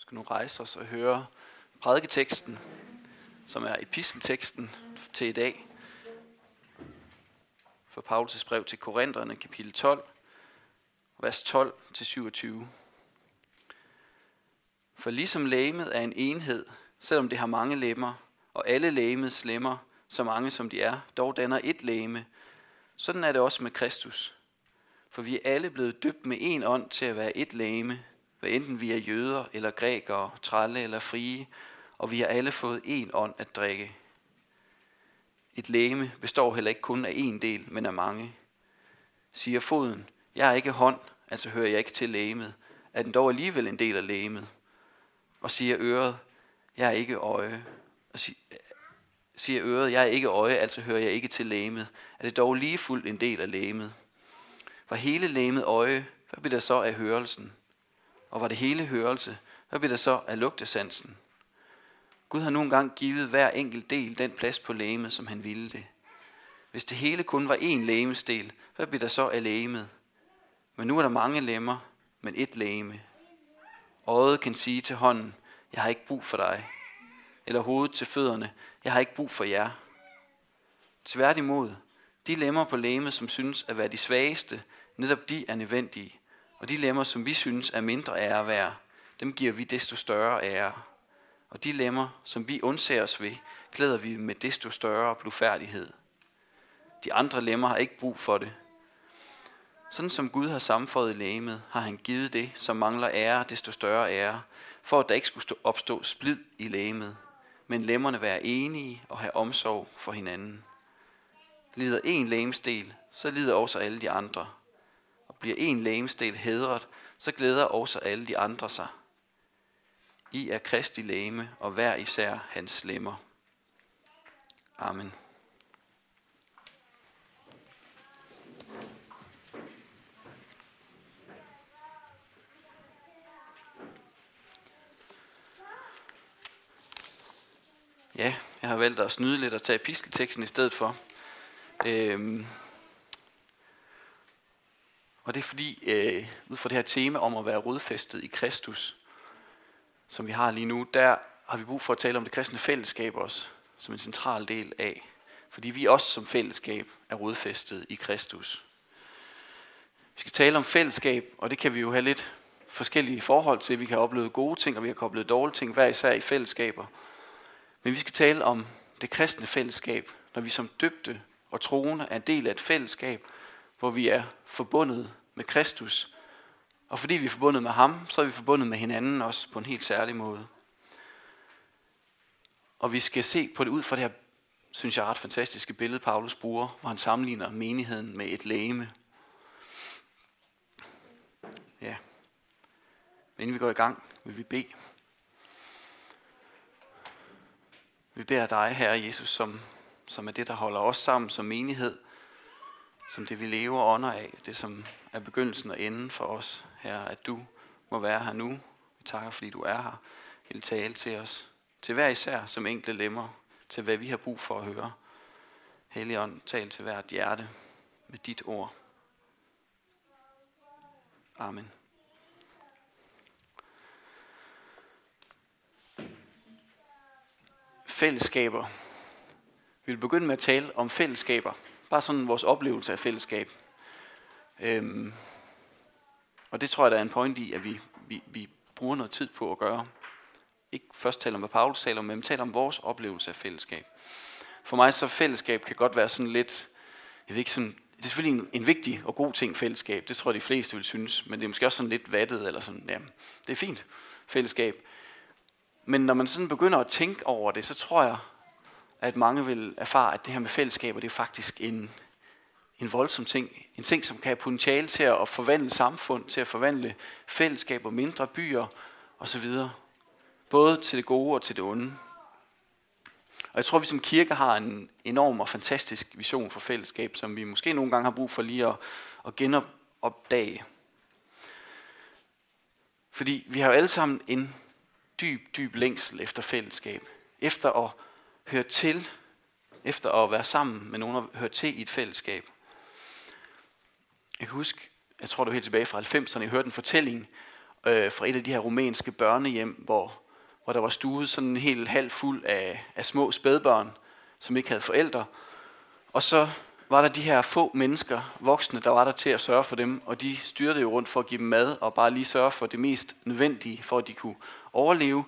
skal nu rejse os og høre prædiketeksten, som er epistelteksten til i dag. For Paulus' brev til Korinterne, kapitel 12, vers 12-27. For ligesom legemet er en enhed, selvom det har mange lemmer, og alle legemets lemmer, så mange som de er, dog danner et legeme, sådan er det også med Kristus. For vi er alle blevet døbt med en ånd til at være et legeme, hvad enten vi er jøder eller grækere, trælle eller frie, og vi har alle fået en ånd at drikke. Et legeme består heller ikke kun af en del, men af mange. Siger foden, jeg er ikke hånd, altså hører jeg ikke til legemet, er den dog alligevel en del af legemet. Og siger øret, jeg er ikke øje, siger øret, jeg er ikke øje, altså hører jeg ikke til legemet, er det dog lige fuldt en del af legemet. Var hele legemet øje, hvad bliver der så af hørelsen? Og var det hele hørelse, hvad bliver der så af lugtesansen? Gud har nu engang givet hver enkelt del den plads på legemet, som han ville det. Hvis det hele kun var én legemsdel, hvad bliver der så af legemet? Men nu er der mange lemmer, men ét legeme. Øjet kan sige til hånden, jeg har ikke brug for dig. Eller hovedet til fødderne, jeg har ikke brug for jer. Tværtimod, de lemmer på legemet, som synes at være de svageste, netop de er nødvendige. Og de lemmer, som vi synes er mindre ære værd, dem giver vi desto større ære. Og de lemmer, som vi undser os ved, klæder vi med desto større blufærdighed. De andre lemmer har ikke brug for det. Sådan som Gud har sammenføjet legemet, har han givet det, som mangler ære, desto større ære, for at der ikke skulle opstå splid i legemet, men lemmerne være enige og have omsorg for hinanden. Lider en legemsdel, så lider også alle de andre. Og bliver en legemsdel hædret, så glæder også alle de andre sig. I er Kristi legeme, og hver især hans lemmer. Amen. Ja, jeg har valgt at snyde lidt og tage epistelteksten i stedet for. Og det er fordi, ud fra det her tema om at være rodfæstet i Kristus, som vi har lige nu, der har vi brug for at tale om det kristne fællesskab også, som en central del af. Fordi vi også som fællesskab er rodfæstet i Kristus. Vi skal tale om fællesskab, og det kan vi jo have lidt forskellige forhold til. Vi kan opleve gode ting, og vi kan opleve dårlige ting, hver især i fællesskaber. Men vi skal tale om det kristne fællesskab, når vi som døbte og troende er en del af et fællesskab, hvor vi er forbundet med Kristus. Og fordi vi er forbundet med ham, så er vi forbundet med hinanden også på en helt særlig måde. Og vi skal se på det ud fra det her, synes jeg, ret fantastiske billede, Paulus bruger, hvor han sammenligner menigheden med et legeme. Ja. Men inden vi går i gang, vil vi bede. Vi beder dig, Herre Jesus, som er det, der holder os sammen som menighed, som det, vi lever og ånder af, det, som er begyndelsen og enden for os, Herre, at du må være her nu. Vi takker, fordi du er her. Vil tale til os, til hver især som enkle lemmer, til hvad vi har brug for at høre. Helligånd, tal til hvert hjerte med dit ord. Amen. Fællesskaber. Vi vil begynde med at tale om fællesskaber. Bare sådan vores oplevelse af fællesskab. Og det tror jeg, der er en point i, at vi bruger noget tid på at gøre. Ikke først tale om, hvad Paulus taler om, men tale om vores oplevelse af fællesskab. For mig så fællesskab kan godt være sådan lidt, jeg ved ikke sådan, det er selvfølgelig en vigtig og god ting, fællesskab. Det tror jeg, de fleste vil synes, men det er måske også sådan lidt vattet, eller sådan, ja, det er fint, fællesskab. Men når man sådan begynder at tænke over det, så tror jeg, at mange vil erfare, at det her med fællesskaber, det er faktisk en voldsom ting. En ting, som kan have potentiale til at forvandle samfund, til at forvandle fællesskaber, mindre byer osv. Både til det gode og til det onde. Og jeg tror, vi som kirke har en enorm og fantastisk vision for fællesskab, som vi måske nogle gange har brug for lige at genopdage. Fordi vi har jo alle sammen en dyb længsel efter fællesskab. Efter at høre til, efter at være sammen med nogen og høre til i et fællesskab. Jeg kan huske, jeg tror det var helt tilbage fra 90'erne, jeg hørte en fortælling fra et af de her rumænske børnehjem, hvor der var stuet sådan en helt halv fuld af små spædbørn, som ikke havde forældre. Og så var der de her få mennesker, voksne, der var der til at sørge for dem, og de styrede jo rundt for at give dem mad, og bare lige sørge for det mest nødvendige, for at de kunne overleve.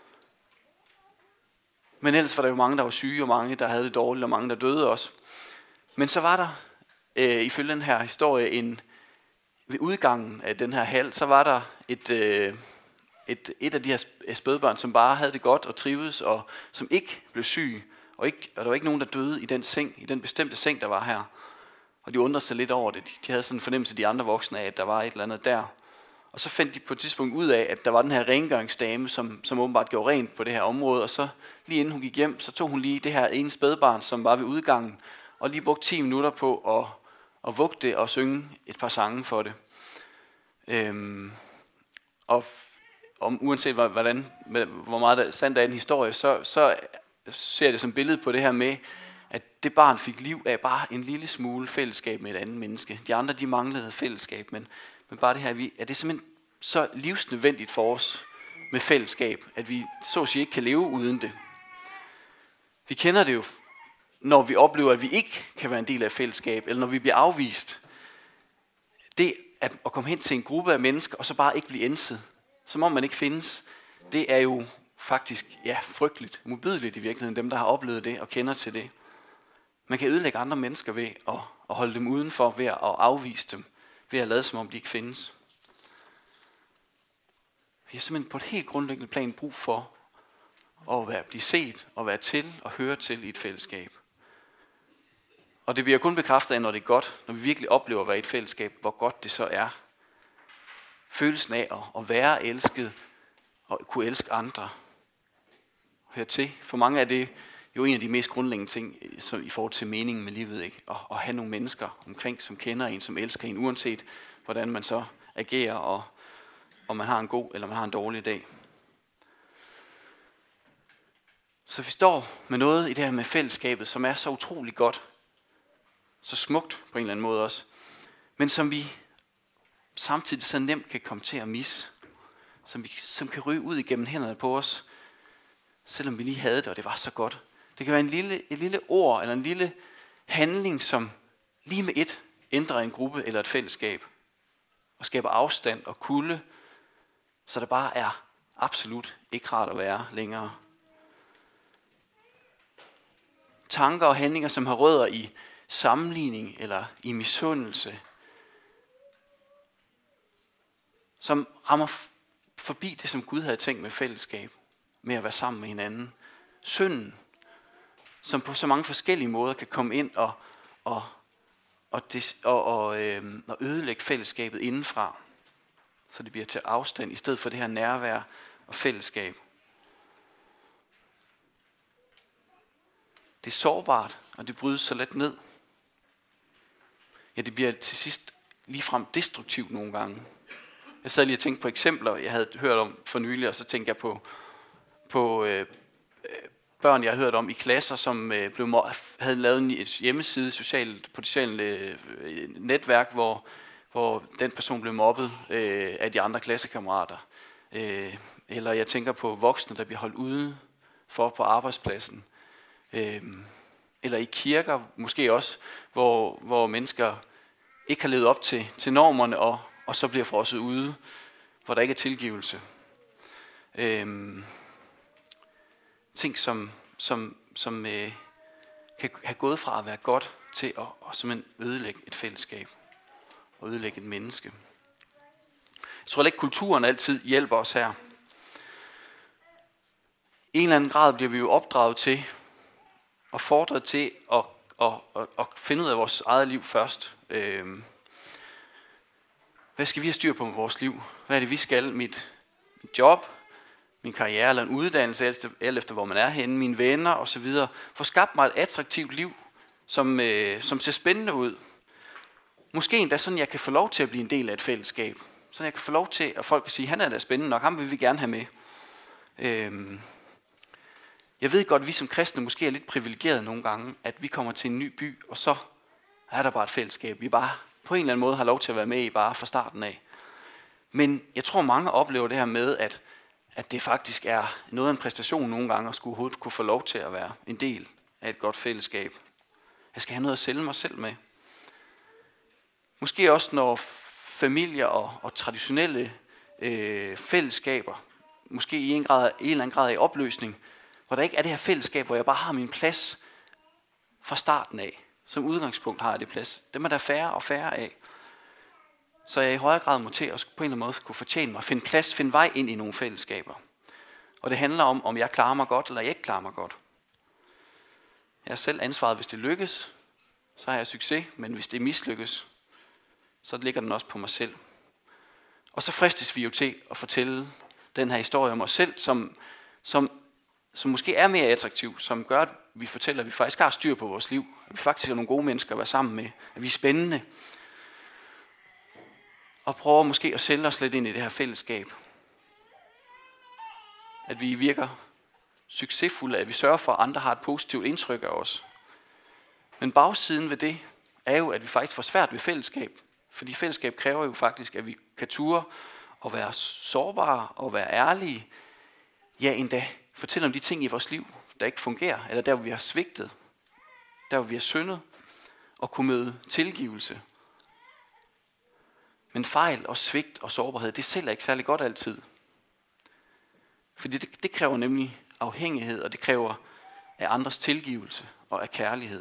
Men ellers var der jo mange, der var syge, og mange, der havde det dårligt, og mange, der døde også. Men så var der, ifølge den her historie, ved udgangen af den her hal, så var der et af de her spædbørn, som bare havde det godt og trivedes, og som ikke blev syg, og der var ikke nogen, der døde i den bestemte seng, der var her. Og de undrede sig lidt over det. De havde sådan en fornemmelse, de andre voksne af, at der var et eller andet der. Og så fandt de på et tidspunkt ud af, at der var den her rengøringsdame, som åbenbart gjorde rent på det her område. Og så lige inden hun gik hjem, så tog hun lige det her ene spædbarn, som var ved udgangen, og lige brugte 10 minutter på at vugge det og synge et par sange for det. Uanset hvor meget der sandt er en historie, så ser jeg det som billede på det her med, at det barn fik liv af bare en lille smule fællesskab med et andet menneske. De andre, de manglede fællesskab, men bare det her, at det er simpelthen så livsnødvendigt for os med fællesskab, at vi så at sige ikke kan leve uden det. Vi kender det jo, når vi oplever, at vi ikke kan være en del af fællesskab, eller når vi bliver afvist. Det at komme hen til en gruppe af mennesker, og så bare ikke blive enset, som om man ikke findes, det er jo faktisk frygteligt, modbydeligt i virkeligheden, dem der har oplevet det og kender til det. Man kan ødelægge andre mennesker ved at holde dem udenfor, ved at afvise dem, ved at lade som om de ikke findes. Vi har simpelthen på et helt grundlæggende plan brug for at blive set og være til og høre til i et fællesskab. Og det bliver kun bekræftet af, når det er godt, når vi virkelig oplever at være i et fællesskab, hvor godt det så er. Følelsen af at være elsket og kunne elske andre. Høre til. For mange er det jo en af de mest grundlæggende ting i forhold til meningen med livet, ikke? At have nogle mennesker omkring, som kender en, som elsker en, uanset hvordan man så agerer, og om man har en god eller man har en dårlig dag. Så vi står med noget i det her med fællesskabet, som er så utrolig godt, så smukt på en eller anden måde også, men som vi samtidig så nemt kan komme til at misse, som kan ryge ud igennem hænderne på os, selvom vi lige havde det, og det var så godt. Det kan være et lille ord eller en lille handling, som lige med et ændrer en gruppe eller et fællesskab, og skaber afstand og kulde, så det bare er absolut ikke rart at være længere. Tanker og handlinger, som har rødder i sammenligning eller i misundelse, som rammer forbi det, som Gud havde tænkt med fællesskab, med at være sammen med hinanden. Synden, som på så mange forskellige måder kan komme ind og ødelægge fællesskabet indenfra, så det bliver til afstand i stedet for det her nærvær og fællesskab. Det er sårbart, og det brydes så let ned. Ja, det bliver til sidst ligefrem destruktivt nogle gange. Jeg sad lige og tænkte på eksempler, jeg havde hørt om for nylig, og så tænkte jeg på børn, jeg har hørt om i klasser, som havde lavet en hjemmeside på socialt netværk, hvor den person blev mobbet af de andre klassekammerater. Eller jeg tænker på voksne, der bliver holdt ude for på arbejdspladsen. Eller i kirker måske også, hvor mennesker ikke har levet op til normerne, og så bliver frosset ude, hvor der ikke er tilgivelse. Ting, som kan have gået fra at være godt til at simpelthen ødelægge et fællesskab og ødelægge et menneske. Jeg tror ikke, kulturen altid hjælper os her. I en eller anden grad bliver vi jo opdraget til og fordret til at finde ud af vores eget liv først. Hvad skal vi have styr på med vores liv? Hvad er det, vi skal? Mit job, min karriere eller en uddannelse, alt efter hvor man er henne, mine venner osv. Få skabt mig et attraktivt liv, som ser spændende ud. Måske endda sådan, jeg kan få lov til at blive en del af et fællesskab. Så jeg kan få lov til, at folk kan sige, han er da spændende nok, ham vil vi gerne have med. Jeg ved godt, at vi som kristne måske er lidt privilegerede nogle gange, at vi kommer til en ny by, og så er der bare et fællesskab. Vi bare på en eller anden måde har lov til at være med i bare fra starten af. Men jeg tror, mange oplever det her med, at det faktisk er noget af en præstation nogle gange, at skulle overhovedet kunne få lov til at være en del af et godt fællesskab. Jeg skal have noget at sælge mig selv med. Måske også når familier og traditionelle fællesskaber, måske i en eller anden grad i opløsning, hvor der ikke er det her fællesskab, hvor jeg bare har min plads fra starten af. Som udgangspunkt har jeg det plads. Dem er der færre og færre af. Så jeg i højere grad må til at på en eller anden måde kunne fortjene mig, finde plads, finde vej ind i nogle fællesskaber. Og det handler om jeg klarer mig godt, eller jeg ikke klarer mig godt. Jeg er selv ansvaret, hvis det lykkes, så har jeg succes, men hvis det mislykkes, så ligger den også på mig selv. Og så fristes vi jo til at fortælle den her historie om os selv, som måske er mere attraktiv, som gør, at vi fortæller, at vi faktisk har styr på vores liv, at vi faktisk er nogle gode mennesker at være sammen med, at vi er spændende, og prøver måske at sælge os lidt ind i det her fællesskab. At vi virker succesfulde, at vi sørger for, at andre har et positivt indtryk af os. Men bagsiden ved det er jo, at vi faktisk får svært ved fællesskab. Fordi fællesskab kræver jo faktisk, at vi kan ture og være sårbare og være ærlige. Ja, endda fortælle om de ting i vores liv, der ikke fungerer, eller der, hvor vi har svigtet, der, hvor vi har syndet, og kunne møde tilgivelse. Men fejl og svigt og sårbarhed, det sælger ikke særlig godt altid. Fordi det kræver nemlig afhængighed, og det kræver af andres tilgivelse og af kærlighed.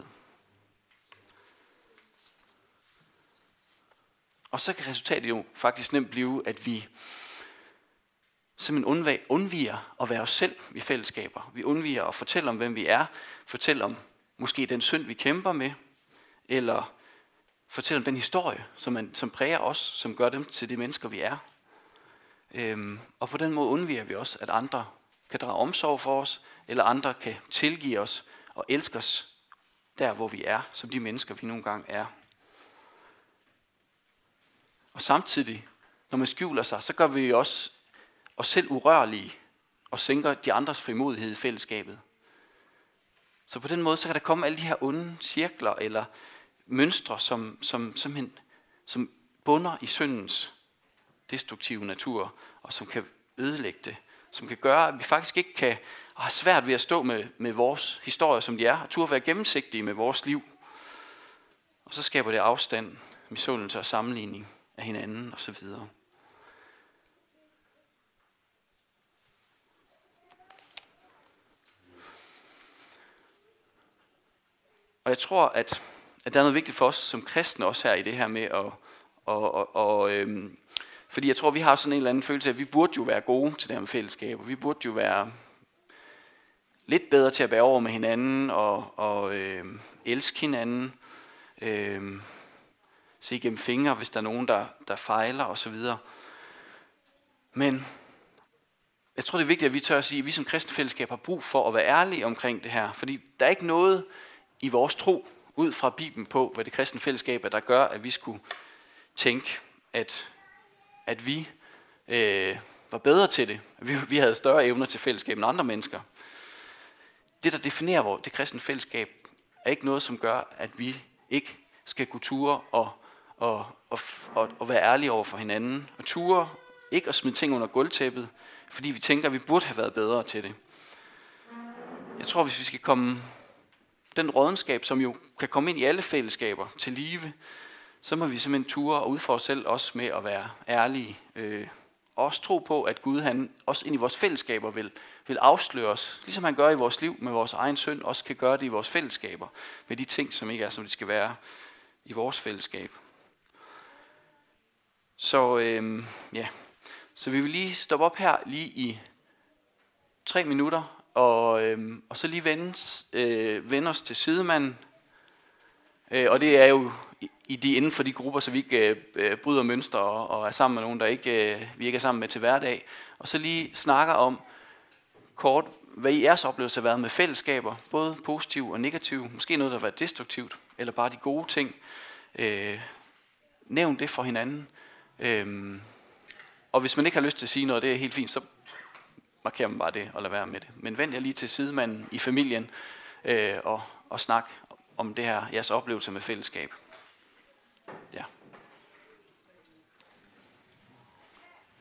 Og så kan resultatet jo faktisk nemt blive, at vi simpelthen undviger at være os selv i fællesskaber. Vi undviger at fortælle om, hvem vi er, fortælle om måske den synd, vi kæmper med, eller fortælle om den historie, som præger os, som gør dem til de mennesker, vi er. Og på den måde undviger vi også, at andre kan drage omsorg for os, eller andre kan tilgive os og elske os der, hvor vi er, som de mennesker, vi nogle gange er. Og samtidig, når man skjuler sig, så gør vi også os selv urørlige og sænker de andres frimodighed i fællesskabet. Så på den måde, så kan der komme alle de her onde cirkler eller mønstre, som bunder i syndens destruktive natur, og som kan ødelægge det, som kan gøre, at vi faktisk ikke kan have svært ved at stå med vores historie, som de er, og turde være gennemsigtige med vores liv. Og så skaber det afstand, misundelse og sammenligning af hinanden osv. Og jeg tror, at der er noget vigtigt for os som kristne også her i det her med fordi jeg tror, vi har sådan en eller anden følelse af, at vi burde jo være gode til det her med fællesskab, og vi burde jo være lidt bedre til at bære over med hinanden og elske hinanden, se igennem fingre, hvis der er nogen, der fejler osv. Men jeg tror, det er vigtigt, at vi tør at sige, at vi som kristne fællesskab har brug for at være ærlige omkring det her, fordi der er ikke noget i vores tro, ud fra Bibelen på, hvad det kristne fællesskab er, der gør, at vi skulle tænke, at vi var bedre til det. Vi havde større evner til fællesskab end andre mennesker. Det, der definerer det kristne fællesskab, er ikke noget, som gør, at vi ikke skal kunne ture og være ærlige over for hinanden. Og ture ikke at smide ting under gulvtæppet, fordi vi tænker, at vi burde have været bedre til det. Jeg tror, hvis vi skal komme den rådenskab, som jo kan komme ind i alle fællesskaber til live, så må vi simpelthen ture og udfordre os selv også med at være ærlige. Og også tro på, at Gud han også ind i vores fællesskaber vil afsløre os, ligesom han gør i vores liv med vores egen synd, også kan gøre det i vores fællesskaber, med de ting, som ikke er, som de skal være i vores fællesskab. Så så vi vil lige stoppe op her lige i 3 minutter, og så lige vende os til sidemanden. Og det er jo inden for de grupper, så vi ikke bryder mønstre og er sammen med nogen, vi ikke er sammen med til hverdag. Og så lige snakker om kort, hvad i jeres oplevelse har været med fællesskaber, både positive og negative, måske noget, der har været destruktivt, eller bare de gode ting. Nævn det for hinanden. Og hvis man ikke har lyst til at sige noget, det er helt fint, så markerer man bare det og lad være med det. Men vend jer lige til sidemanden i familien og snak om det her, jeres oplevelse med fællesskab. Ja.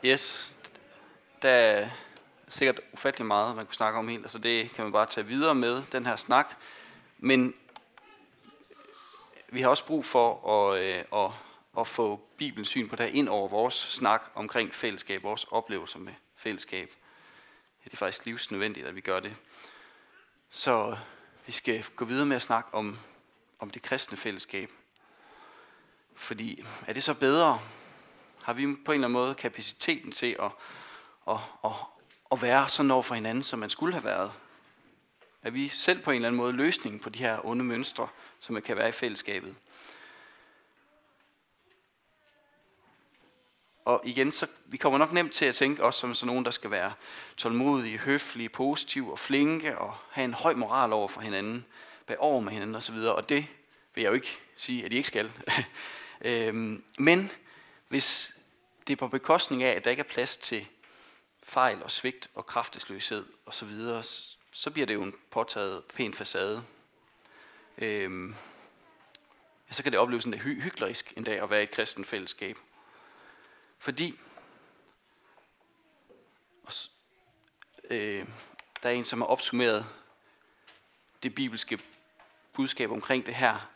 Yes, der er sikkert ufattelig meget, man kunne snakke om helt. Altså det kan man bare tage videre med, den her snak. Men vi har også brug for at få Bibelens syn på det her ind over vores snak omkring fællesskab, vores oplevelser med fællesskab. Ja, det er faktisk livsnødvendigt, at vi gør det. Så vi skal gå videre med at snakke om det kristne fællesskab. Fordi er det så bedre? Har vi på en eller anden måde kapaciteten til at være sådan over for hinanden, som man skulle have været? Er vi selv på en eller anden måde løsningen på de her onde mønstre, som kan være i fællesskabet? Og igen, så vi kommer nok nemt til at tænke os som sådan nogen, der skal være tålmodige, høflige, positive og flinke og have en høj moral over for hinanden, bag over med hinanden osv. Og det vil jeg jo ikke sige, at de ikke skal. Men hvis det er på bekostning af, at der ikke er plads til fejl og svigt og kraftesløshed osv., så bliver det jo en påtaget pæn facade. Så kan det opleves sådan lidt hyklerisk en dag at være i et kristent fællesskab. Fordi der er en, som har opsummeret det bibelske budskab omkring det her,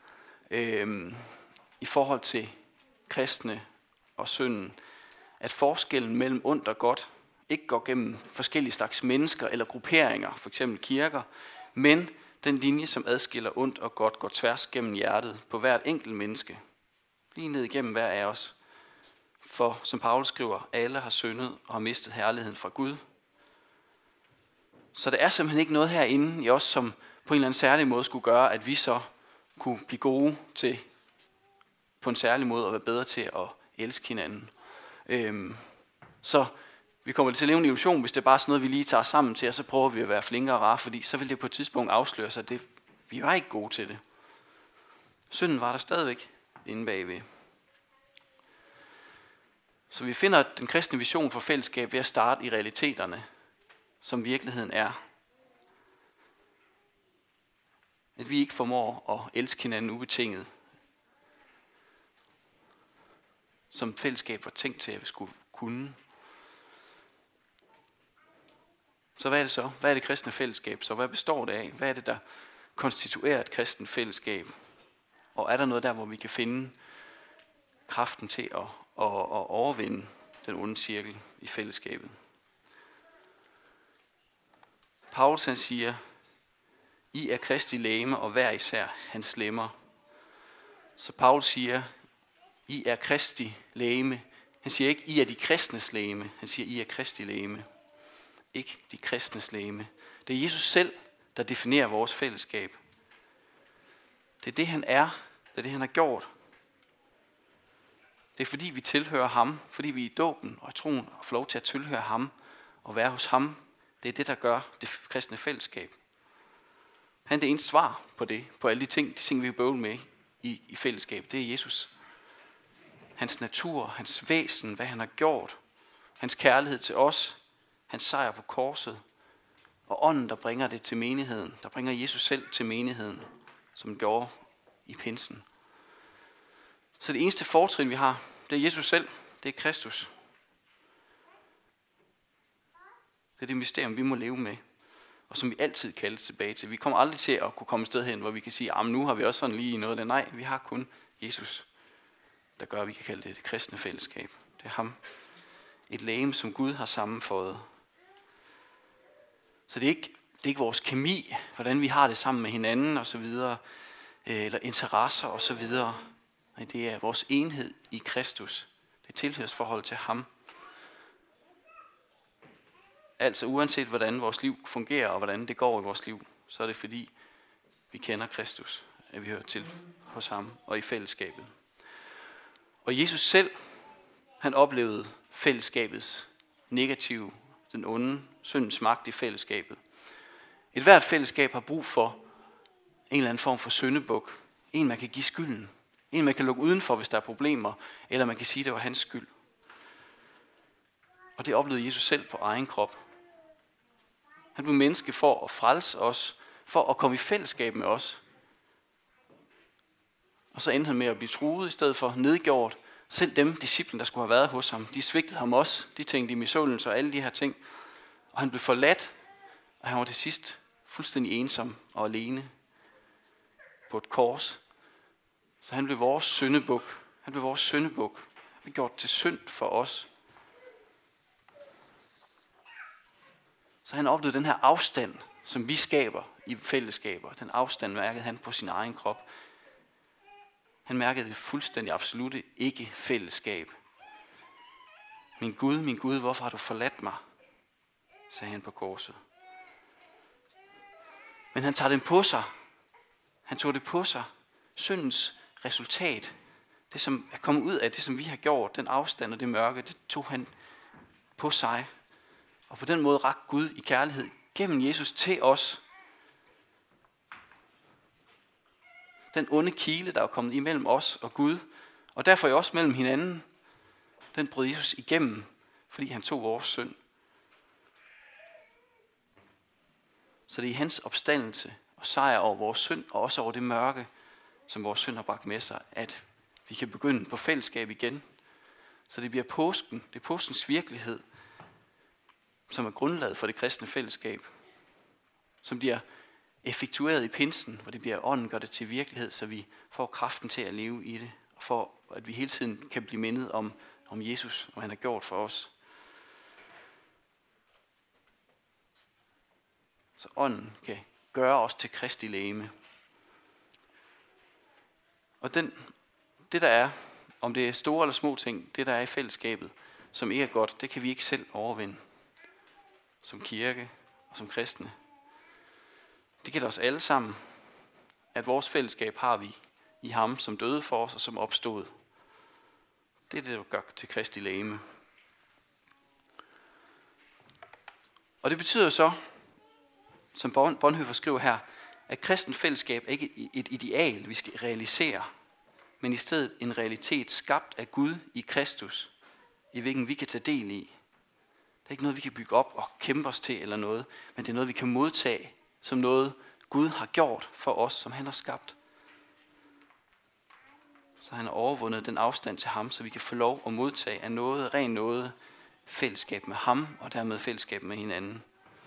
i forhold til kristne og synden, at forskellen mellem ondt og godt ikke går gennem forskellige slags mennesker eller grupperinger, for eksempel kirker, men den linje, som adskiller ondt og godt, går tværs gennem hjertet på hvert enkelt menneske, lige ned igennem hver af os. For, som Paulus skriver, alle har syndet og har mistet herligheden fra Gud. Så der er simpelthen ikke noget herinde i os, som på en eller anden særlig måde skulle gøre, at vi så kunne blive gode til på en særlig måde at være bedre til at elske hinanden. Så vi kommer til at leve en illusion, hvis det er bare sådan noget, vi lige tager sammen til, og så prøver vi at være flinkere og rare, fordi så vil det på et tidspunkt afsløre sig, at vi var ikke gode til det. Synden var der stadigvæk inde bagved. Så vi finder den kristne vision for fællesskab ved at starte i realiteterne, som virkeligheden er. At vi ikke formår at elske hinanden ubetinget, som fællesskab var tænkt til, at vi skulle kunne. Så hvad er det så? Hvad er det kristne fællesskab? Så hvad består det af? Hvad er det, der konstituerer et kristent fællesskab? Og er der noget der, hvor vi kan finde kraften til at overvinde den onde cirkel i fællesskabet? Paulus han siger, I er Kristi legeme og hver især hans lemmer. Så Paulus siger, I er Kristi legeme. Han siger ikke, I er de kristnes legeme. Han siger, I er Kristi legeme. Ikke de kristnes legeme. Det er Jesus selv, der definerer vores fællesskab. Det er det, han er. Det er det, han har gjort. Det er fordi, vi tilhører ham. Fordi vi i dåben og troen og får lov til at tilhøre ham og være hos ham. Det er det, der gør det kristne fællesskab. Han er det eneste svar på det. På alle de ting vi kan bøvle med i fællesskab. Det er Jesus. Hans natur, hans væsen, hvad han har gjort. Hans kærlighed til os. Hans sejr på korset. Og ånden, der bringer det til menigheden. Der bringer Jesus selv til menigheden. Som han gjorde i pinsen. Så det eneste fortrin, vi har, det er Jesus selv. Det er Kristus. Det er det mysterium, vi må leve med. Og som vi altid kaldes tilbage til. Vi kommer aldrig til at kunne komme et sted hen, hvor vi kan sige, nu har vi også sådan lige noget af det. Nej, vi har kun Jesus, der gør, at vi kan kalde det kristne fællesskab. Det er ham. Et legeme, som Gud har sammenføjet. Så det er ikke vores kemi, hvordan vi har det sammen med hinanden og så videre, eller interesser og så videre. Nej, det er vores enhed i Kristus. Det er tilhørsforhold til ham. Altså uanset hvordan vores liv fungerer og hvordan det går i vores liv, så er det fordi vi kender Kristus, at vi hører til hos ham og i fællesskabet. Og Jesus selv, han oplevede fællesskabets negative, den onde, syndens magt i fællesskabet. Et hvert fællesskab har brug for en eller anden form for syndebuk. En, man kan give skylden. En, man kan lukke udenfor, hvis der er problemer. Eller man kan sige, at det var hans skyld. Og det oplevede Jesus selv på egen krop. Han blev menneske for at frelse os. For at komme i fællesskab med os. Og så endte han med at blive truet i stedet for nedgjort. Selv dem, disciplen, der skulle have været hos ham, de svigtede ham også. De tænkte i misundelse og alle de her ting. Og han blev forladt, og han var til sidst fuldstændig ensom og alene på et kors. Så han blev vores syndebuk. Han blev vores syndebuk. Han blev gjort til synd for os. Så han oplevede den her afstand, som vi skaber i fællesskaber. Den afstand mærkede han på sin egen krop. Han mærkede det fuldstændig absolutte ikke fællesskab. Min Gud, hvorfor har du forladt mig? Sagde han på korset. Men han tager den på sig. Han tog det på sig. Syndens resultat. Det som er kommet ud af det, som vi har gjort, den afstand og det mørke, det tog han på sig. Og på den måde rakte Gud i kærlighed gennem Jesus til os. Den onde kile, der er kommet imellem os og Gud, og derfor jo også mellem hinanden, den brød Jesus igennem, fordi han tog vores synd. Så det er i hans opstandelse og sejr over vores synd, og også over det mørke, som vores synd har bragt med sig, at vi kan begynde på fællesskab igen. Så det bliver påsken, det er påskens virkelighed, som er grundlaget for det kristne fællesskab, som bliver effektueret i pinsen, hvor det bliver ånden gør det til virkelighed, så vi får kraften til at leve i det, og for at vi hele tiden kan blive mindet om Jesus, og hvad han har gjort for os. Så ånden kan gøre os til Kristi legeme. Og det der er, om det er store eller små ting, det der er i fællesskabet, som ikke er godt, det kan vi ikke selv overvinde. Som kirke og som kristne. Det gælder os alle sammen, at vores fællesskab har vi i ham, som døde for os og som opstod. Det er det, der gør til Kristi legeme. Og det betyder så, som Bonhoeffer skriver her, at kristen fællesskab er ikke et ideal, vi skal realisere, men i stedet en realitet skabt af Gud i Kristus, i hvilken vi kan tage del i. Det er ikke noget, vi kan bygge op og kæmpe os til eller noget, men det er noget, vi kan modtage som noget, Gud har gjort for os, som han har skabt. Så han har overvundet den afstand til ham, så vi kan få lov at modtage af noget, ren noget, fællesskab med ham, og dermed fællesskab med hinanden.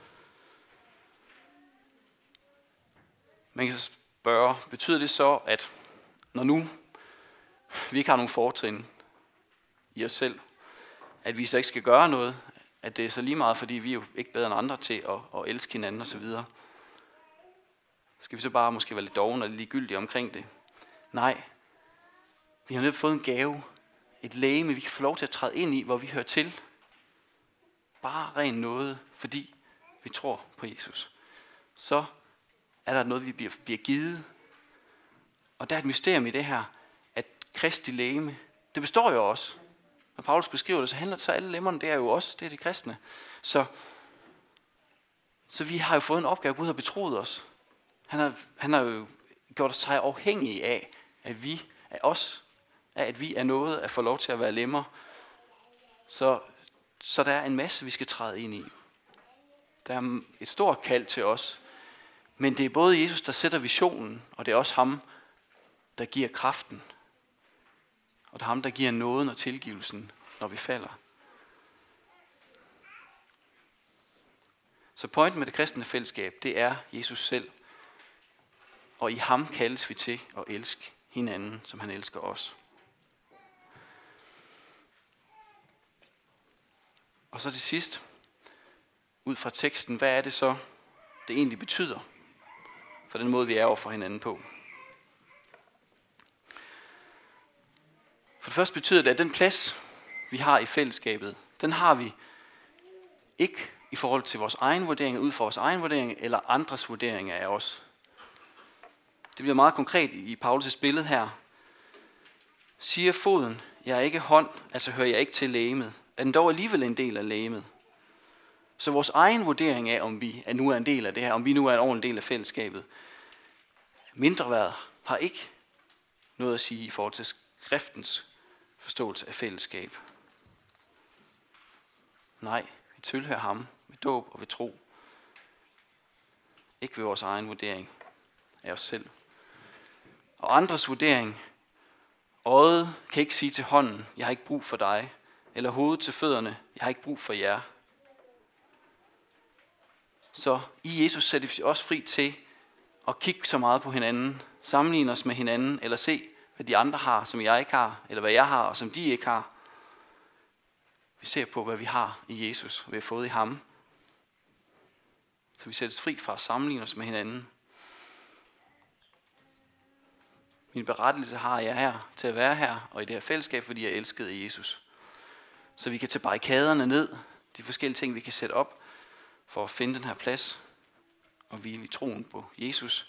Man kan spørge, betyder det så, at når nu vi ikke har nogen fortrin i os selv, at vi så ikke skal gøre noget, at det er så lige meget, fordi vi er jo ikke bedre end andre til at elske hinanden osv. Skal vi så bare måske være lidt dovne og ligegyldige omkring det? Nej. Vi har netop fået en gave, et legeme, vi kan få lov til at træde ind i, hvor vi hører til. Bare ren noget, fordi vi tror på Jesus. Så er der noget, vi bliver givet. Og der er et mysterium i det her, at Kristi legeme, det består jo også. Når Paulus beskriver det, så handler det så alle lemmerne, det er jo også, det er de kristne. Så vi har jo fået en opgave, Gud har betroet os. Han har jo gjort sig afhængige af, at vi er os, at vi er noget at få lov til at være lemmer. Så der er en masse, vi skal træde ind i. Der er et stort kald til os. Men det er både Jesus, der sætter visionen, og det er også ham, der giver kraften. Og det er ham, der giver nåden og tilgivelsen, når vi falder. Så pointen med det kristne fællesskab, det er Jesus selv. Og i ham kaldes vi til at elske hinanden, som han elsker os. Og så til sidst, ud fra teksten, hvad er det så, det egentlig betyder for den måde, vi er over for hinanden på? For det første betyder det, at den plads, vi har i fællesskabet, den har vi ikke i forhold til vores egen vurdering, ud fra vores egen vurdering, eller andres vurderinger af os. Det bliver meget konkret i Paulus' billede her. Siger foden, jeg er ikke hånd, altså hører jeg ikke til legemet. Er den dog alligevel en del af legemet? Så vores egen vurdering af, om vi nu er en del af det her, om vi nu er en ordentlig del af fællesskabet, mindreværd har ikke noget at sige i forhold til skriftens forståelse af fællesskab. Nej, vi tilhører ham ved dåb og ved tro. Ikke ved vores egen vurdering af os selv. Og andres vurdering Øjet kan ikke sige til hånden, jeg har ikke brug for dig. Eller hovedet til fødderne, jeg har ikke brug for jer. Så i Jesus sætter vi os fri til at kigge så meget på hinanden, sammenligne os med hinanden, eller se, hvad de andre har, som jeg ikke har, eller hvad jeg har, og som de ikke har. Vi ser på, hvad vi har i Jesus, og vi har fået i ham. Så vi sættes fri fra at sammenligne os med hinanden. Min berettelse har jeg her til at være her, og i det her fællesskab, fordi jeg elskede Jesus. Så vi kan tage barrikaderne ned, de forskellige ting, vi kan sætte op, for at finde den her plads, og hvile i troen på Jesus.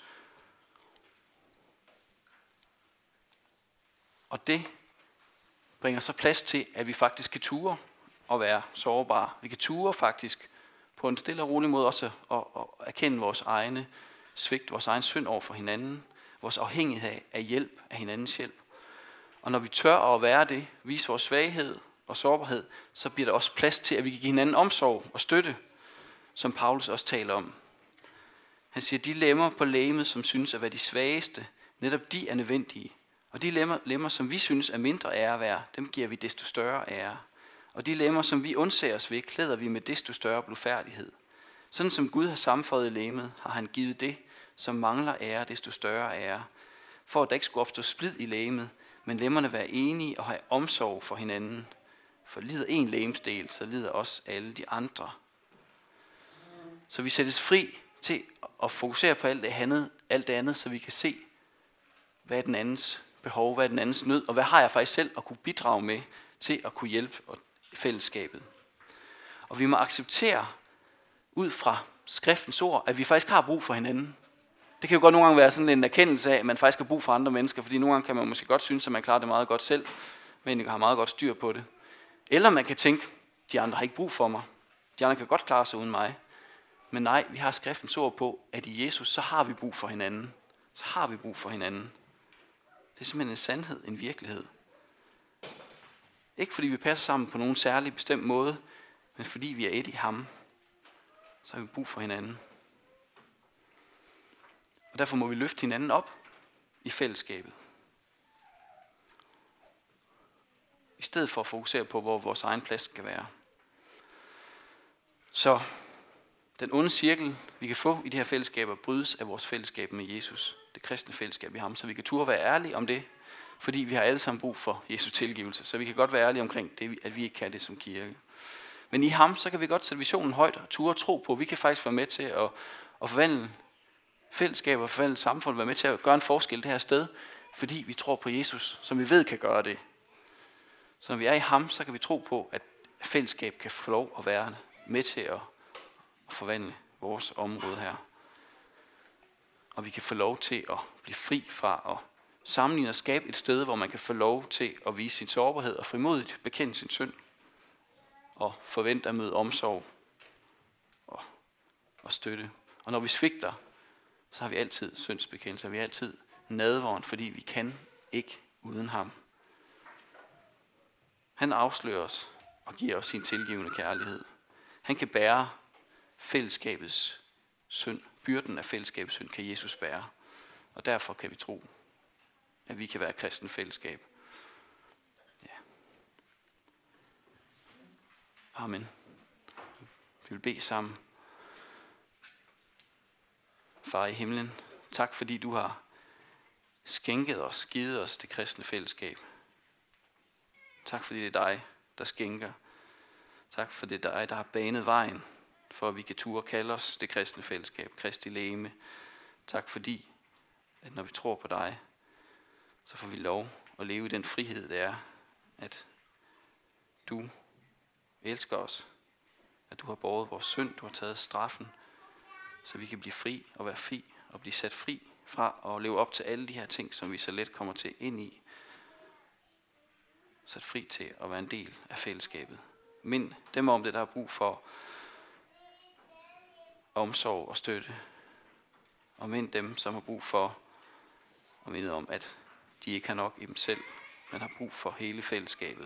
Og det bringer så plads til, at vi faktisk kan ture og være sårbare. Vi kan ture faktisk på en stille og rolig måde også at erkende vores egne svigt, vores egen synd over for hinanden, vores afhængighed af hjælp, af hinandens hjælp. Og når vi tør at være det, vise vores svaghed og sårbarhed, så bliver der også plads til, at vi kan give hinanden omsorg og støtte, som Paulus også taler om. Han siger, de lemmer på legemet, som synes at være de svageste, netop de er nødvendige. Og de lemmer, som vi synes er mindre ære værd, dem giver vi desto større ære. Og de lemmer, som vi undser os ved, klæder vi med desto større blufærdighed. Sådan som Gud har sammenføjet legemet, har han givet det, som mangler ære, desto større ære. For at der ikke skulle opstå splid i legemet, men lemmerne være enige og have omsorg for hinanden. For lider en legemsdel, så lider også alle de andre. Så vi sættes fri til at fokusere på alt det andet, så vi kan se, hvad er den andens behov, hvad er den andens nød, og hvad har jeg faktisk selv at kunne bidrage med til at kunne hjælpe fællesskabet. Og vi må acceptere ud fra skriftens ord, at vi faktisk har brug for hinanden. Det kan jo godt nogle gange være sådan en erkendelse af, at man faktisk har brug for andre mennesker, fordi nogle gange kan man måske godt synes, at man klarer det meget godt selv, men man har meget godt styr på det. Eller man kan tænke, de andre har ikke brug for mig. De andre kan godt klare sig uden mig. Men nej, vi har skriftens ord på, at i Jesus, så har vi brug for hinanden. Så har vi brug for hinanden. Det er simpelthen en sandhed, en virkelighed. Ikke fordi vi passer sammen på nogen særlig bestemt måde, men fordi vi er et i ham, så har vi brug for hinanden. Og derfor må vi løfte hinanden op i fællesskabet. I stedet for at fokusere på, hvor vores egen plads skal være. Så den onde cirkel, vi kan få i de her fællesskaber, brydes af vores fællesskab med Jesus. Det kristne fællesskab i ham. Så vi kan turde være ærlige om det, fordi vi har alle sammen brug for Jesus tilgivelse. Så vi kan godt være ærlige omkring det, at vi ikke kan det som kirke. Men i ham, så kan vi godt sætte visionen højt og turde tro på. Vi kan faktisk være med til at forvandle fællesskaber, forvandle samfundet, være med til at gøre en forskel det her sted, fordi vi tror på Jesus, som vi ved kan gøre det. Så når vi er i ham, så kan vi tro på, at fællesskab kan få lov at være med til at forvandle vores område her. Og vi kan få lov til at blive fri fra at sammenligne og skabe et sted, hvor man kan få lov til at vise sin sårbarhed og frimodigt bekende sin synd. Og forvente at møde omsorg og støtte. Og når vi svigter, så har vi altid syndsbekendelse. Vi har altid nadveren, fordi vi kan ikke uden ham. Han afslører os og giver os sin tilgivende kærlighed. Han kan bære fællesskabets synd. Byrden af fællesskabets synd kan Jesus bære. Og derfor kan vi tro, at vi kan være kristen fællesskab. Ja. Amen. Vi vil bede sammen. Far i himlen, tak fordi du har skænket os, givet os det kristne fællesskab. Tak fordi det er dig, der skænker. Tak for det er dig, der har banet vejen, for at vi kan turde kalde os det kristne fællesskab, Kristi legeme. Tak fordi, at når vi tror på dig, så får vi lov at leve i den frihed, det er, at du elsker os, at du har båret vores synd, du har taget straffen, så vi kan blive fri og være fri og blive sat fri fra at leve op til alle de her ting, som vi så let kommer til ind i. Sat fri til at være en del af fællesskabet. Mind dem om det, der har brug for omsorg og støtte. Og mind dem, som har brug for at minde om, at de ikke har nok i dem selv, men har brug for hele fællesskabet.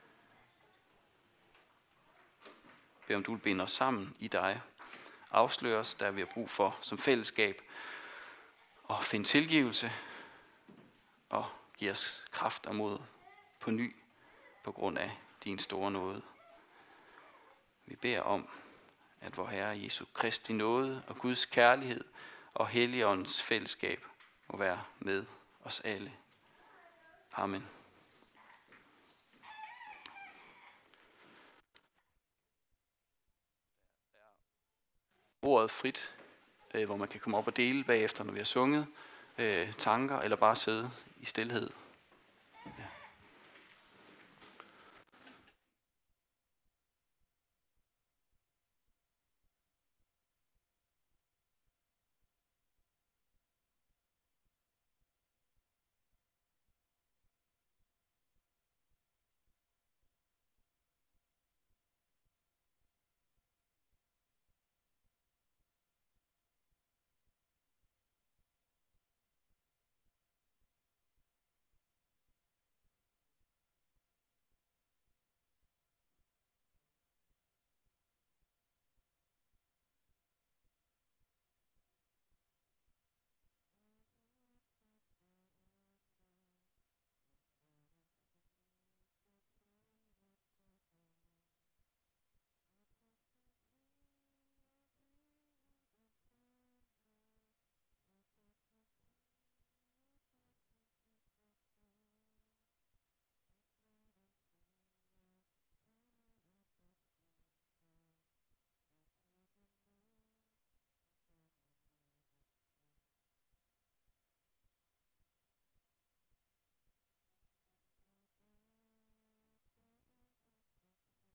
Bed om du vil binde os sammen i dig. Afslør os, der vi har brug for som fællesskab. Og finde tilgivelse. Og giv os kraft og mod på ny på grund af din store nåde. Vi beder om, at vor Herre Jesu Kristi nåde og Guds kærlighed og Helligåndens fællesskab må være med os alle. Amen. Ordet frit, hvor man kan komme op og dele bagefter, når vi har sunget tanker, eller bare sidde i stilhed.